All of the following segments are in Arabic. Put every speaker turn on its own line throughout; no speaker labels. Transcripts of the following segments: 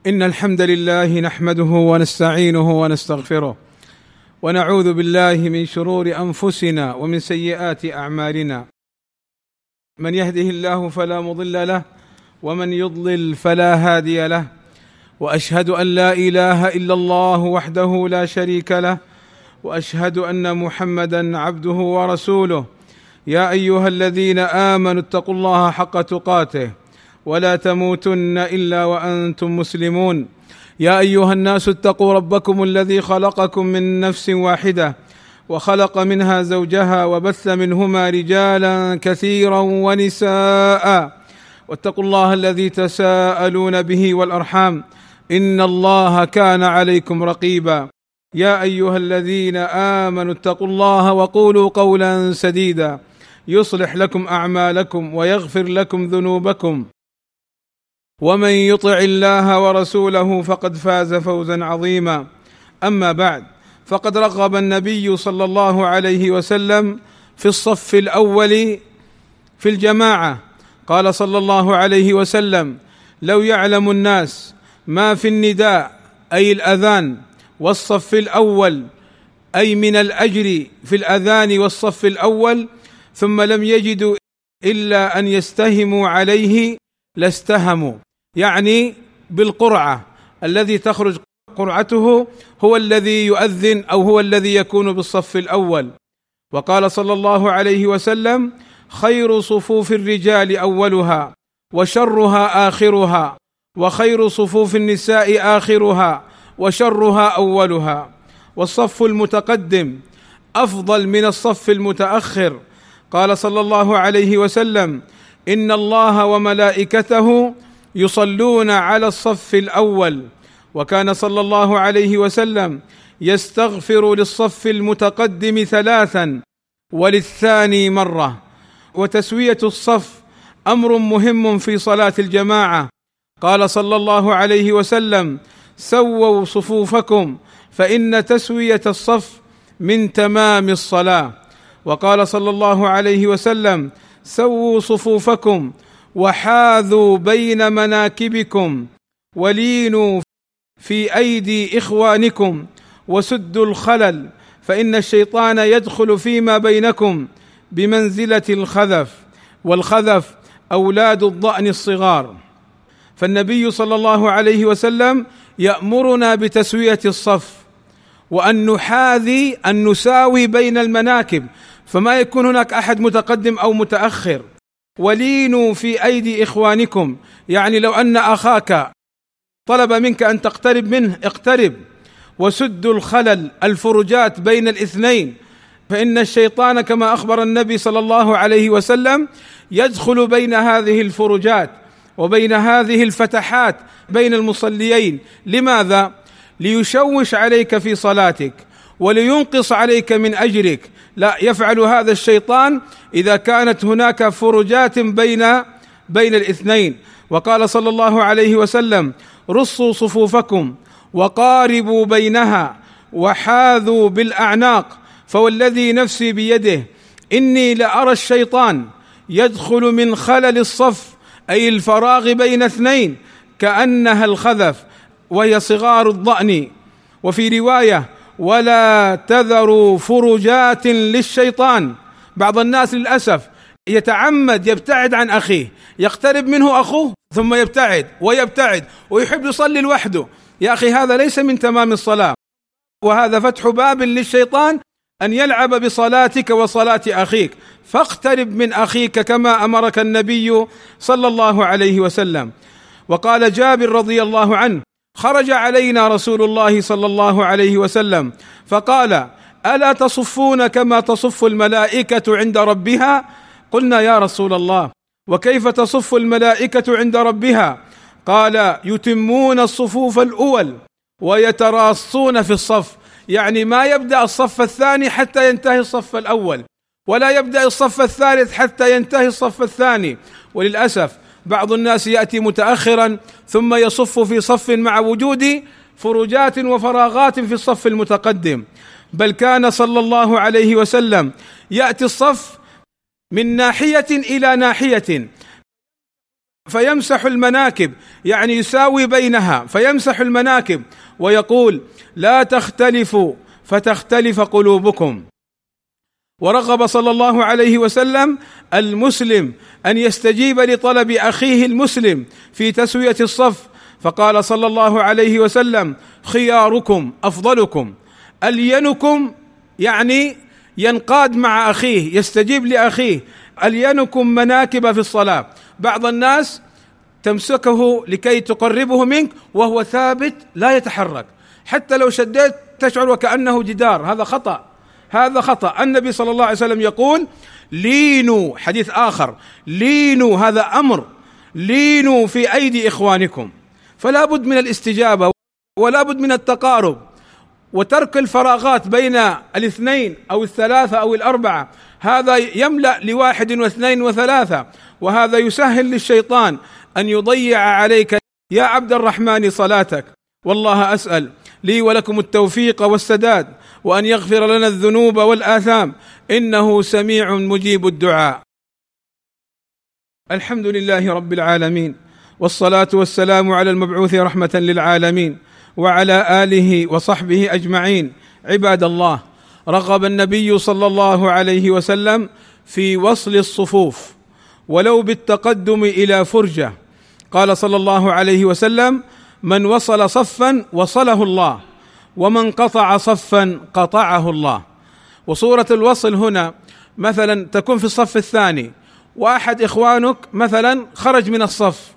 إن الحمد لله نحمده ونستعينه ونستغفره ونعوذ بالله من شرور أنفسنا ومن سيئات أعمالنا. من يهده الله فلا مضل له ومن يضلل فلا هادي له، وأشهد أن لا إله إلا الله وحده لا شريك له، وأشهد أن محمدا عبده ورسوله. يا أيها الذين آمنوا اتقوا الله حق تقاته ولا تموتن إلا وأنتم مسلمون. يا أيها الناس اتقوا ربكم الذي خلقكم من نفس واحدة وخلق منها زوجها وبث منهما رجالا كثيرا ونساء، واتقوا الله الذي تساءلون به والأرحام إن الله كان عليكم رقيبا. يا أيها الذين آمنوا اتقوا الله وقولوا قولا سديدا يصلح لكم أعمالكم ويغفر لكم ذنوبكم، ومن يطع الله ورسوله فقد فاز فوزا عظيما. أما بعد، فقد رغب النبي صلى الله عليه وسلم في الصف الأول في الجماعة. قال صلى الله عليه وسلم: لو يعلم الناس ما في النداء أي الأذان والصف الأول أي من الأجر في الأذان والصف الأول ثم لم يجدوا إلا أن يستهموا عليه لاستهموا، يعني بالقرعة، الذي تخرج قرعته هو الذي يؤذن أو هو الذي يكون بالصف الأول. وقال صلى الله عليه وسلم: خير صفوف الرجال أولها وشرها آخرها، وخير صفوف النساء آخرها وشرها أولها. والصف المتقدم أفضل من الصف المتأخر. قال صلى الله عليه وسلم: إن الله وملائكته يصلون على الصف الأول. وكان صلى الله عليه وسلم يستغفر للصف المتقدم 3 وللثاني مرة. وتسوية الصف أمر مهم في صلاة الجماعة. قال صلى الله عليه وسلم: سووا صفوفكم فإن تسوية الصف من تمام الصلاة. وقال صلى الله عليه وسلم: سووا صفوفكم وحاذوا بين مناكبكم ولينوا في أيدي إخوانكم وسدوا الخلل، فإن الشيطان يدخل فيما بينكم بمنزلة الخذف، والخذف أولاد الضأن الصغار. فالنبي صلى الله عليه وسلم يأمرنا بتسوية الصف، وأن نحاذي أن نساوي بين المناكب، فما يكون هناك أحد متقدم أو متأخر. ولينوا في أيدي إخوانكم، يعني لو أن أخاك طلب منك أن تقترب منه اقترب. وسدوا الخلل، الفرجات بين الاثنين، فإن الشيطان كما أخبر النبي صلى الله عليه وسلم يدخل بين هذه الفرجات وبين هذه الفتحات بين المصليين. لماذا؟ ليشوش عليك في صلاتك ولينقص عليك من أجرك. لا يفعل هذا الشيطان إذا كانت هناك فرجات بين الاثنين. وقال صلى الله عليه وسلم: رصوا صفوفكم وقاربوا بينها وحاذوا بالأعناق، فوالذي نفسي بيده إني لأرى الشيطان يدخل من خلل الصف أي الفراغ بين اثنين كأنها الخذف وهي صغار الضأن. وفي رواية: ولا تذروا فرجات للشيطان. بعض الناس للأسف يتعمد يبتعد عن أخيه، يقترب منه أخوه ثم يبتعد ويبتعد ويحب يصلي لوحده. يا أخي، هذا ليس من تمام الصلاة، وهذا فتح باب للشيطان أن يلعب بصلاتك وصلاة أخيك. فاقترب من أخيك كما أمرك النبي صلى الله عليه وسلم. وقال جابر رضي الله عنه: خرج علينا رسول الله صلى الله عليه وسلم فقال: ألا تصفون كما تصف الملائكة عند ربها؟ قلنا: يا رسول الله، وكيف تصف الملائكة عند ربها؟ قال: يتمون الصفوف الأول ويتراصون في الصف، يعني ما يبدأ الصف الثاني حتى ينتهي الصف الأول، ولا يبدأ الصف الثالث حتى ينتهي الصف الثاني. وللأسف بعض الناس يأتي متأخرا ثم يصف في صف مع وجود فرجات وفراغات في الصف المتقدم. بل كان صلى الله عليه وسلم يأتي الصف من ناحية إلى ناحية، فيمسح المناكب، يعني يساوي بينها، فيمسح المناكب ويقول: لا تختلفوا فتختلف قلوبكم. ورغب صلى الله عليه وسلم المسلم أن يستجيب لطلب أخيه المسلم في تسوية الصف، فقال صلى الله عليه وسلم: خياركم أفضلكم. ألينكم يعني ينقاد مع أخيه، يستجيب لأخيه. ألينكم مناكب في الصلاة. بعض الناس تمسكه لكي تقربه منك وهو ثابت لا يتحرك، حتى لو شديت تشعر وكأنه جدار. هذا خطأ، هذا خطأ. النبي صلى الله عليه وسلم يقول: لينوا. حديث آخر: لينوا، هذا أمر، لينوا في أيدي إخوانكم. فلا بد من الاستجابة ولا بد من التقارب وترك الفراغات بين الاثنين أو الثلاثة أو الأربعة. هذا يملأ لواحد واثنين وثلاثة، وهذا يسهل للشيطان أن يضيع عليك يا عبد الرحمن صلاتك. والله أسأل لي ولكم التوفيق والسداد، وأن يغفر لنا الذنوب والآثام، إنه سميع مجيب الدعاء. الحمد لله رب العالمين، والصلاة والسلام على المبعوث رحمة للعالمين وعلى آله وصحبه أجمعين. عباد الله، رغب النبي صلى الله عليه وسلم في وصل الصفوف ولو بالتقدم إلى فرجة. قال صلى الله عليه وسلم: من وصل صفا وصله الله، ومن قطع صفا قطعه الله. وصورة الوصل هنا مثلا تكون في الصف الثاني، وأحد إخوانك مثلا خرج من الصف،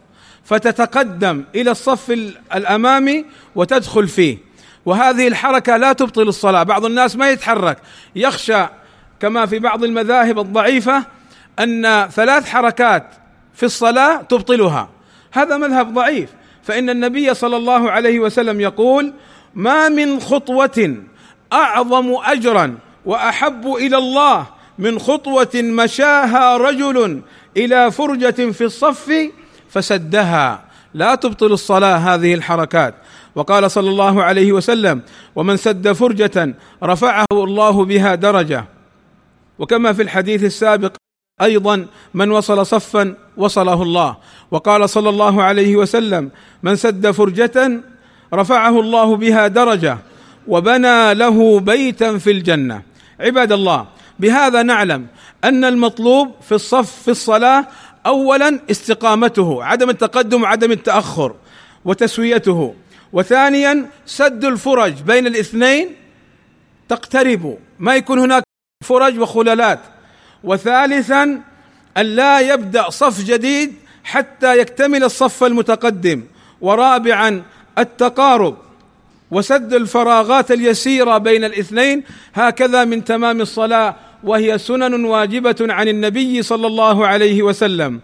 فتتقدم إلى الصف الأمامي وتدخل فيه، وهذه الحركة لا تبطل الصلاة. بعض الناس ما يتحرك، يخشى كما في بعض المذاهب الضعيفة أن 3 حركات في الصلاة تبطلها. هذا مذهب ضعيف، فإن النبي صلى الله عليه وسلم يقول: ما من خطوة أعظم أجرا وأحب إلى الله من خطوة مشاها رجل إلى فرجة في الصف فسدها. لا تبطل الصلاة هذه الحركات. وقال صلى الله عليه وسلم: ومن سد فرجة رفعه الله بها درجة. وكما في الحديث السابق أيضا: من وصل صفا وصله الله. وقال صلى الله عليه وسلم: من سد فرجة رفعه الله بها درجة وبنى له بيتا في الجنة. عباد الله، بهذا نعلم أن المطلوب في الصف في الصلاة أولا استقامته، عدم التقدم وعدم التأخر وتسويته. وثانيا سد الفرج بين الاثنين، تقترب، ما يكون هناك فرج وخلالات. وثالثا أن لا يبدأ صف جديد حتى يكتمل الصف المتقدم. ورابعا التقارب وسد الفراغات اليسيرة بين الاثنين. هكذا من تمام الصلاة، وهي سنن واجبة عن النبي صلى الله عليه وسلم.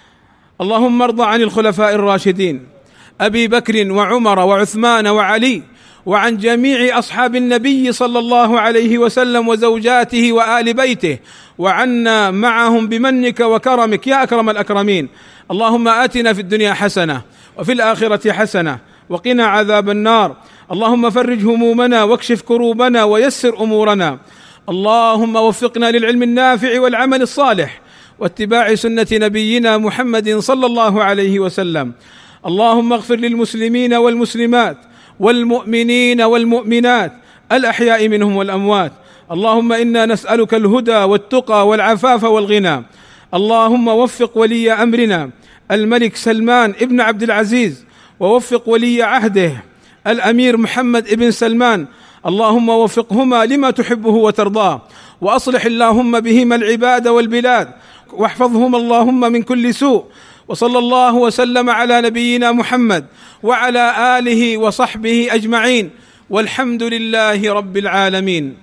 اللهم ارض عن الخلفاء الراشدين أبي بكر وعمر وعثمان وعلي، وعن جميع أصحاب النبي صلى الله عليه وسلم وزوجاته وآل بيته، وعنا معهم بمنك وكرمك يا أكرم الأكرمين. اللهم آتنا في الدنيا حسنة وفي الآخرة حسنة وقنا عذاب النار. اللهم فرج همومنا واكشف كروبنا ويسر أمورنا. اللهم وفقنا للعلم النافع والعمل الصالح واتباع سنة نبينا محمد صلى الله عليه وسلم. اللهم اغفر للمسلمين والمسلمات والمؤمنين والمؤمنات الأحياء منهم والأموات. اللهم إنا نسألك الهدى والتقى والعفاف والغنى. اللهم وفق ولي أمرنا الملك سلمان ابن عبد العزيز، ووفق ولي عهده الأمير محمد ابن سلمان. اللهم وفقهما لما تحبه وترضاه، وأصلح اللهم بهما العباد والبلاد، واحفظهما اللهم من كل سوء. وصلى الله وسلم على نبينا محمد وعلى آله وصحبه أجمعين، والحمد لله رب العالمين.